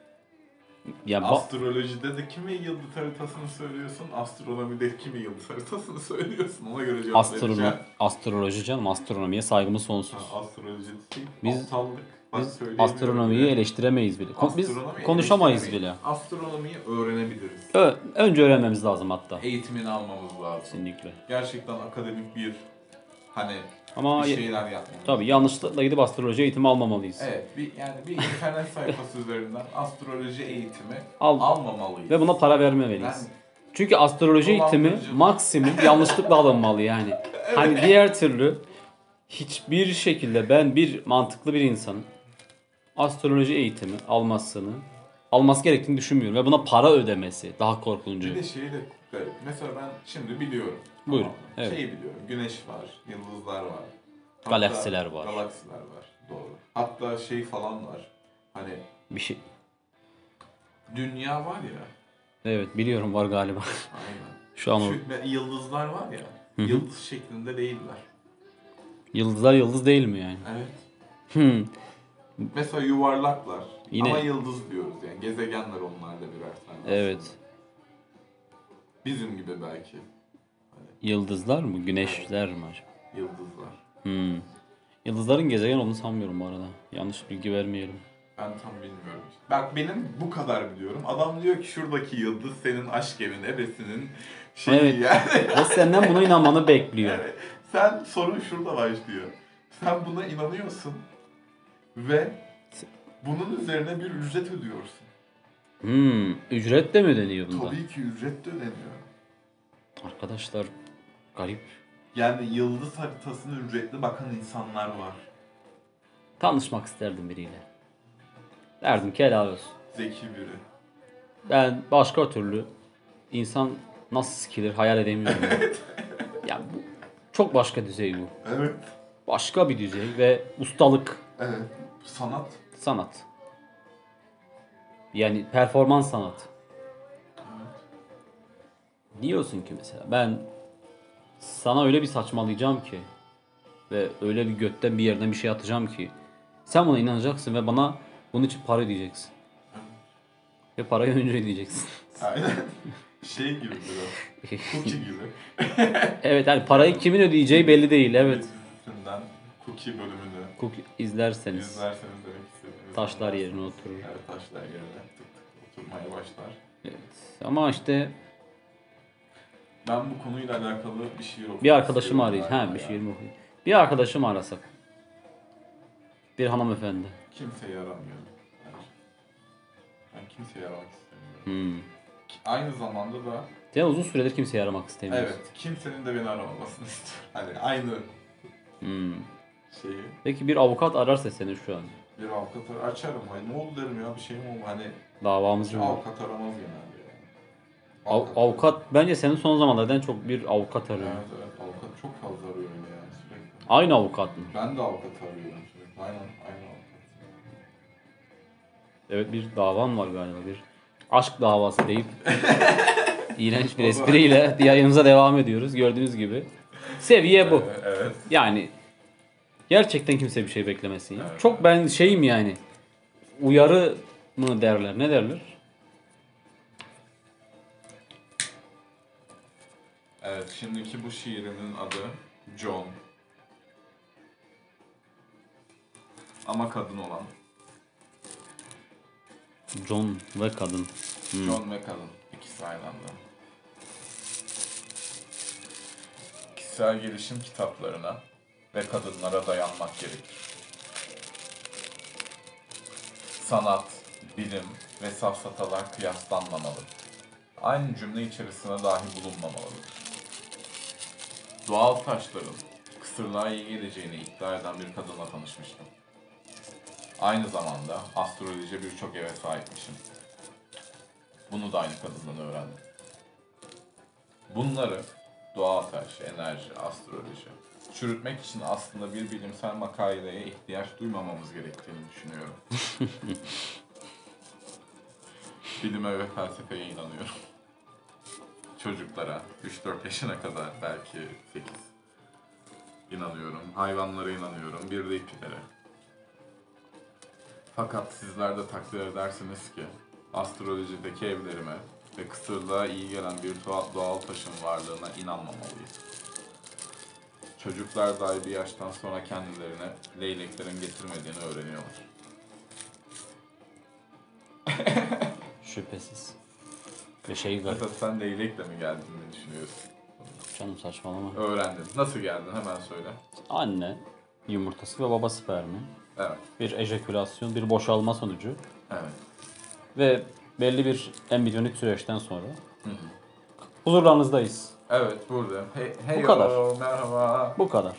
Ya Astrolojide de kime yıldız haritasını söylüyorsun, astronomide kime yıldız haritasını söylüyorsun, ona göre cevap vereceğim. Astroloji canım, astronomiye saygımız sonsuz. Astroloji değil, Biz- aptallık. Biz astronomiyi eleştiremeyiz bile. Biz konuşamayız bile. Astronomiyi öğrenebiliriz. Önce öğrenmemiz lazım hatta. Eğitimini almamız lazım. Kesinlikle. Gerçekten akademik bir hani Ama bir şeyler yapmamız. tabii yanlışlıkla gidip astroloji eğitimi almamalıyız. Evet, bir internet sayfası üzerinden astroloji eğitimi Al. almamalıyız. Ve buna para vermemeliyiz. Ben- Çünkü astroloji eğitimi Dolandırıcı. maksimum yanlışlıkla alınmalı yani. Hani diğer türlü hiçbir şekilde ben mantıklı bir insanın astroloji eğitimi alması gerektiğini düşünmüyorum. Ve buna para ödemesi daha korkuncu. Bir de şeyi de garip. Mesela ben şimdi biliyorum. Buyurun, Tamam mı? evet. Şeyi biliyorum. Güneş var, yıldızlar var. Hatta Galaksiler var. Galaksiler var. Doğru. Hatta şey falan var. Hani Bir şey. dünya var ya. Evet biliyorum var galiba. Aynen. Şu an Yıldızlar var ya. Hı hı. Yıldız şeklinde değiller. yıldızlar yıldız değil mi yani? Evet. Hmm. Mesela yuvarlaklar. Yine- Ama yıldız diyoruz yani. Gezegenler onlar da birer tane. aslında. Evet. Bizim gibi belki. Yıldızlar mı? Güneşler mi acaba? Yıldızlar. Hmm. Yıldızların gezegen olduğunu sanmıyorum bu arada. Yanlış bilgi vermeyelim. Ben tam bilmiyorum. Bak benim bu kadar biliyorum. Adam diyor ki şuradaki yıldız senin aşk evin, ebesinin şeyi Evet. yani. Ve senden buna inanmanı bekliyor. Evet. Sen sorun şurada başlıyor. Sen buna inanıyorsun ve bunun üzerine bir ücret ödüyorsun. Ücret de mi ödeniyor bunda? Tabii ki ücret de ödeniyor. Arkadaşlar garip. Yani yıldız haritasına ücretli bakan insanlar var. Tanışmak isterdim biriyle. Derdim ki helal olsun. Zeki biri. Ben başka türlü insan nasıl sikilir hayal edemiyorum. Ya bu çok başka düzey bu. Evet. Başka bir düzey ve ustalık, Evet. Sanat. sanat. Yani performans sanat. Evet. Diyorsun ki mesela ben sana öyle bir saçmalayacağım ki ve öyle bir götten bir yerden bir şey atacağım ki sen buna inanacaksın ve bana bunun için para ödeyeceksin. Ve parayı önce ödeyeceksin. Aynen. Şey gibi biraz. Cookie gibi. Evet yani parayı kimin ödeyeceği belli değil evet. Üstünden Cookie bölümünü izlerseniz izlerseniz demek istediğimiz taşlar anlarsınız. yerine oturur. Evet, taşlar yerine tık tık oturmaya başlar. Evet. Ama işte Ben bu konuyla alakalı bir şiir okumak bir arkadaşımı istiyorum arayacağım. galiba Ha bir ya. şiir mi okuyayım? Bir arkadaşımı arasak. Bir hanımefendi. Kimseye yaramıyor. bence. Ben kimseye yaramak istemiyorum. Hmm. Aynı zamanda da Sen uzun süredir kimseye aramak istemiyorsun. evet kimsenin de beni aramamasını istiyorum. Hani aynı Hmm. şeyi Peki bir avukat ararsa seni şu an. bir avukat açarım. Hani ne oldu derim ya bir şey mi oldu? Hani Davamız hiç var. avukat aramaz genelde yani. Avukat bence senin son zamanlarda en çok bir avukat arıyor. Evet evet avukat çok fazla arıyor öyle yani sürekli. Aynı avukat mı? Ben de avukat arıyorum sürekli. Aynen aynı avukat. Evet bir davan var galiba bir aşk davası deyip iğrenç bir espriyle yayınımıza devam ediyoruz gördüğünüz gibi. Seviye bu. Evet. Yani gerçekten kimse bir şey beklemesin ya. Evet. Çok ben şeyim yani. Uyarı mı derler? Ne derler? Evet, şimdiki bu şiirimin adı John. Ama kadın olan. John ve kadın. John ve kadın. İkisi aynı anda. Kişisel gelişim kitaplarına ve kadınlara dayanmak gerekir. Sanat, bilim ve safsatalar kıyaslanmamalı. Aynı cümle içerisine dahi bulunmamalıdır. Doğal taşların kısırlığa iyi geleceğini iddia eden bir kadınla tanışmıştım. Aynı zamanda astrolojiye birçok eve sahipmişim. Bunu da aynı kadından öğrendim. Bunları doğal taş, enerji, astroloji çürütmek için aslında bir bilimsel makaleye ihtiyaç duymamamız gerektiğini düşünüyorum. Bilime ve felsefeye inanıyorum. Çocuklara 3-4 yaşına kadar belki 8 inanıyorum. Hayvanlara inanıyorum. Bir de ipilere. Fakat sizler de takdir edersiniz ki astrolojideki evlerime ve kısırlığa iyi gelen bir doğal taşın varlığına inanmamalıyız. Çocuklar dahi bir yaştan sonra kendilerine leyleklerin getirmediğini öğreniyorlar. Şüphesiz. Ve şey garip. Mesela sen leylekle mi geldiğini düşünüyorsun? Canım saçmalama. Öğrendin. Nasıl geldin? Hemen söyle. Anne yumurtası ve baba spermi. Evet. Bir ejekülasyon, bir boşalma sonucu. Evet. Ve belli bir embriyonik süreçten sonra huzurlarınızdayız. Evet, burada. Hey Bu kadar. merhaba. Bu kadar.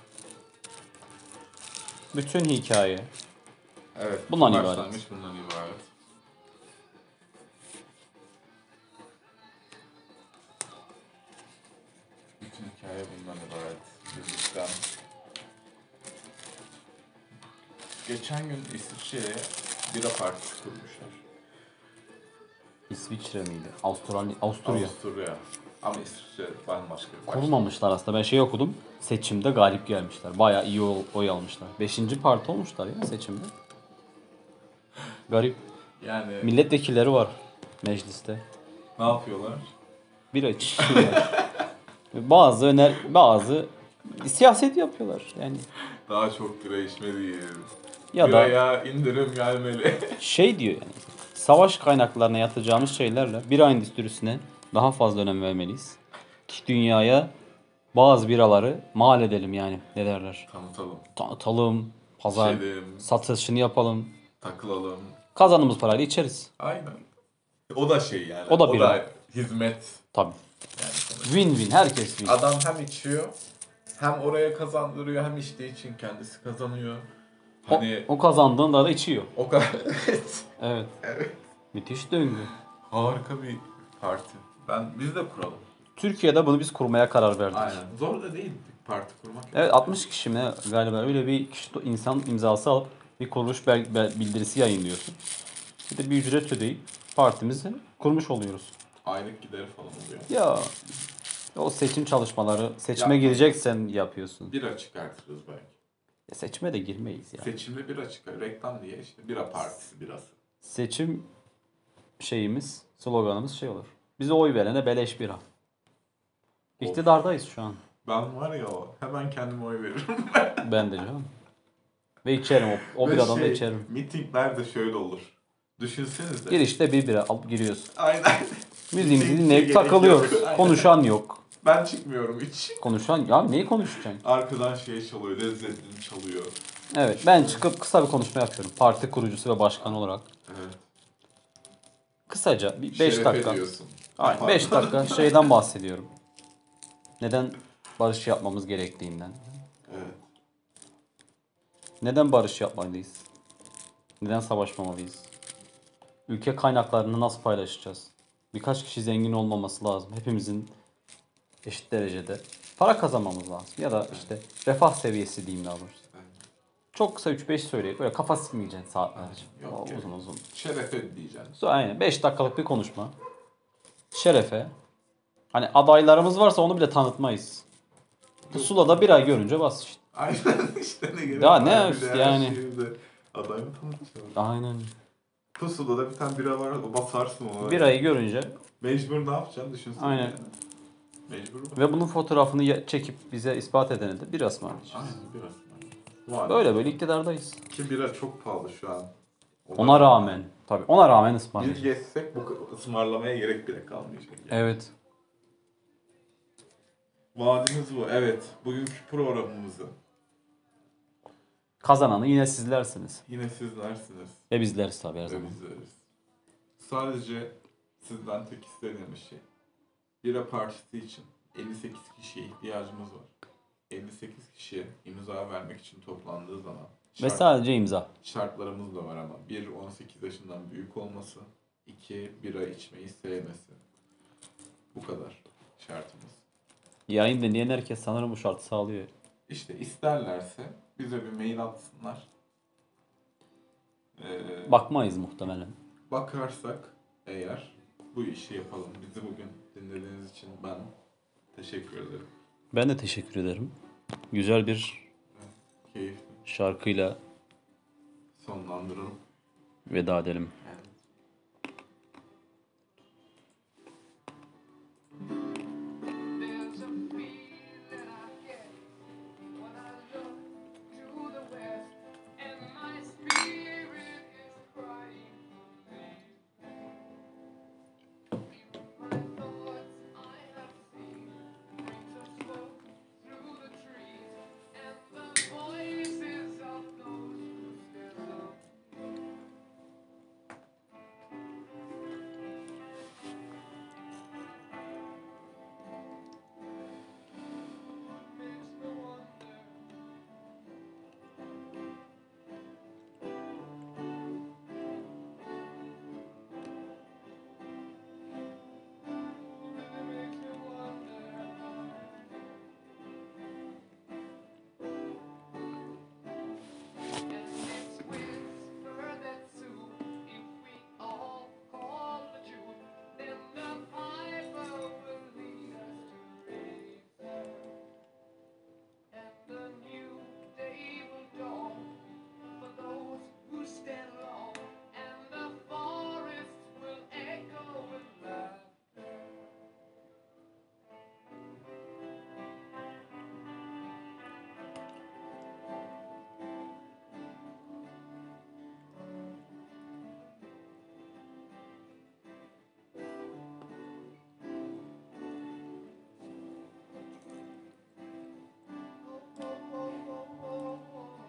Bütün hikaye Evet, bundan bu ibaret. başlangıç bundan ibaret. Bütün hikaye bundan ibaret. Bizden. Geçen gün İsviçre'ye bira partisi kurmuşlar. İsviçre miydi? Avusturya. Avusturya. Ama İsviçre bambaşka bir Kurmamışlar aslında. Ben şey okudum. Seçimde galip gelmişler. Bayağı iyi oy almışlar. 5. parti olmuşlar ya seçimde. Garip. Yani Milletvekilleri var mecliste. ne yapıyorlar? Bira içiyorlar. bazı siyaset yapıyorlar yani. Daha çok bira içmeliyiz. Ya da Biraya indirim gelmeli. şey diyor yani. Savaş kaynaklarına yatıracağımız şeylerle bira endüstrisine daha fazla önem vermeliyiz. Ki dünyaya bazı biraları mal edelim yani. Ne derler? Tanıtalım. Tanıtalım, pazar İçelim. satışını yapalım. Takılalım. Kazandığımız parayla içeriz. Aynen. O da şey yani. O da bira. hizmet. Tabii. Yani sonuçta. Win-win. Herkes win. Adam hem içiyor, hem oraya kazandırıyor, hem içtiği için kendisi kazanıyor. Hani O kazandığında da içiyor. o kadar. Evet. Evet. Evet. Müthiş döngü. Harika bir parti. Biz de kuralım. Türkiye'de bunu biz kurmaya karar verdik. Aynen. Zor da değil bir parti kurmak. Evet 60 kişi mi galiba öyle bir kişi insan imzası alıp bir kuruluş bildirisi yayınlıyorsun. Bir de bir ücret ödeyip partimizi kurmuş oluyoruz. Aylık gideri falan oluyor. Ya o seçim çalışmaları, seçime Yapma. gireceksen yapıyorsun. Bira çıkartırız belki. Seçime de girmeyiz ya. Seçimde bira çıkar. Reklam diye işte bira partisi birası. Seçim şeyimiz, sloganımız şey olur. Bize oy verene beleş bira. İktidardayız şu an. Ben var ya hemen kendime oy veririm. Ben de canım. Ve içerim o Ve biradan da içerim. Mitinglerde şöyle olur. Düşünsenize. Girişte bir bira alıp giriyorsun. Aynen. Müziğimizi Miting dinleyip gerek takılıyoruz. yok. Aynen. Konuşan yok. Ben çıkmıyorum hiç. Konuşan ya neyi konuşacaksın? Arkadan şey çalıyor, lezzetli çalıyor. Evet ben çıkıp kısa bir konuşma yapıyorum. Parti kurucusu ve başkan olarak. Evet. Kısaca bir 5 Şeref dakika. ediyorsun. Aynen 5 dakika şeyden bahsediyorum. Neden barış yapmamız gerektiğinden. Evet. Neden barış yapmalıyız? Neden savaşmamalıyız? Ülke kaynaklarını nasıl paylaşacağız? Birkaç kişi zengin olmaması lazım. Hepimizin eşit derecede para kazanmamız lazım. Ya da işte refah seviyesi diyeyim daha doğrusu. Çok kısa 3-5 söyleyip böyle kafa sıkmayacaksın saatlerce. Yok, Uzun uzun. Şerefe diyeceksin. So, aynen 5 dakikalık bir konuşma. Şerefe. Hani adaylarımız varsa onu bile tanıtmayız. Pusula'da bir ay görünce bas işte. Aynen işte ne gerek Daha var, ne bir işte de her yani. şeyimde adayımı tanıtacağım. Aynen. Pusula'da bir tane bira var, o basarsın ona. Bir ayı görünce Mecbur ne yapacaksın düşünsene aynen. yani. Mecbur bak. Ve bunun fotoğrafını çekip bize ispat edene de bir ısmarlayacağız. Aynen bira. Var. Böyle böyle iktidardayız. Ki bira çok pahalı şu an. Ona rağmen. Tabii ona rağmen Biz ısmarlayacağız. geçsek bu ısmarlamaya gerek bile kalmayacak. Yani. Evet. Vaadimiz bu. Evet. Bugünkü programımızı Kazananı yine sizlersiniz. yine sizlersiniz. Ve bizleriz tabii her Ve zaman. bizleriz. Sadece sizden tek istediğimiz şey. Bira partisi için 58 kişiye ihtiyacımız var. 58 kişiye imza vermek için toplandığı zaman Ve sadece imza. şartlarımız da var ama. 1. 18 yaşından büyük olması. 2. Bira içmeyi sevmesi. Bu kadar şartımız. Yayın dinleyen herkes sanırım bu şartı sağlıyor. İşte isterlerse bize bir mail atsınlar. Bakmayız muhtemelen. Bakarsak eğer bu işi yapalım. Bizi bugün dinlediğiniz için ben teşekkür ederim. Ben de teşekkür ederim. Güzel bir Keyifli. şarkıyla Sonlandıralım. veda edelim. Yani There's a feeling I get when I look to the west, and my spirit is crying for me. Even my thoughts I have seen brings a smoke through the trees, and the voices of those who still love me. Makes me wonder. Really makes me wonder. And it's whispered that soon, if we all call the tune, then the piper will lead us to reason. And a new day will dawn for those who stand alone, and the forests will echo with laughter. Oh, oh, oh, oh, oh, oh.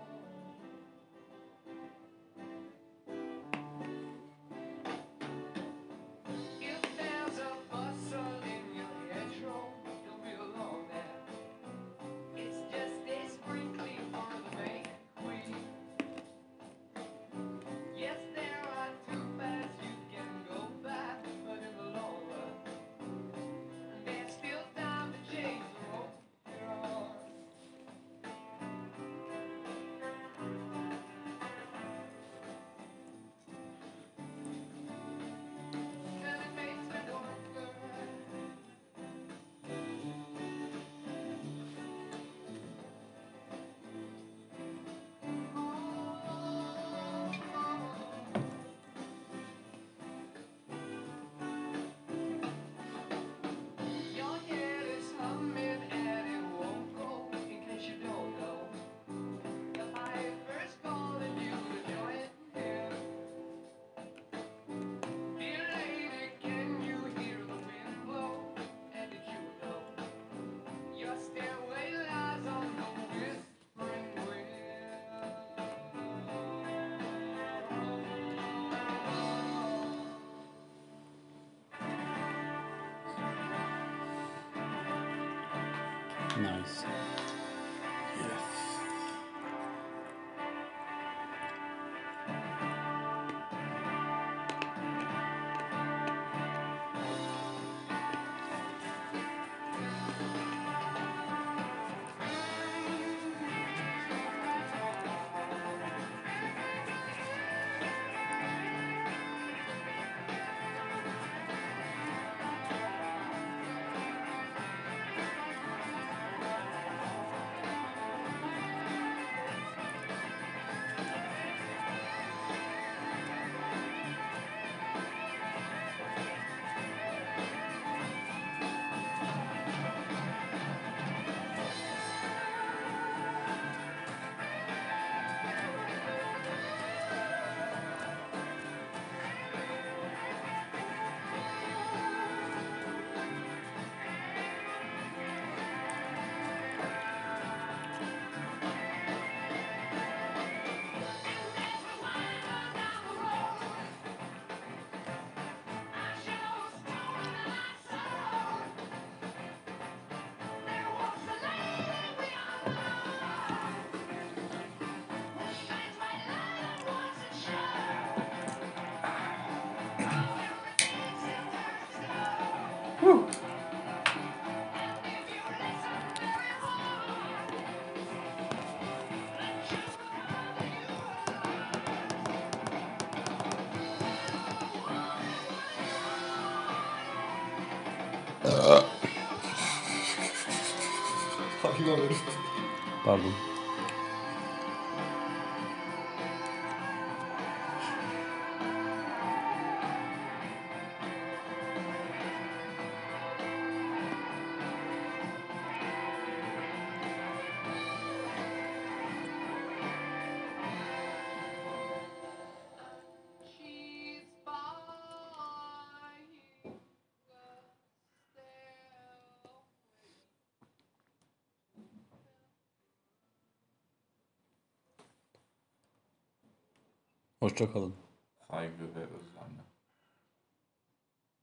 If there's a bustle in your hedgerow, you'll be alone there. It's just a sprinkling for the May Queen. Yes, there are two paths you can go back, but in the long run, there's still time to change the road you're on. And it makes me wonder. Your head is humming and it won't go. In case you don't know, the piper's calling you to join him. Dear lady, can you hear the wind blow? And did you know your stairway lies on the whispering wind? Nice. yes. kullanıyorum. Pardon. She's buying a stairway. Hoşça kalın. Saygı ve özlemle.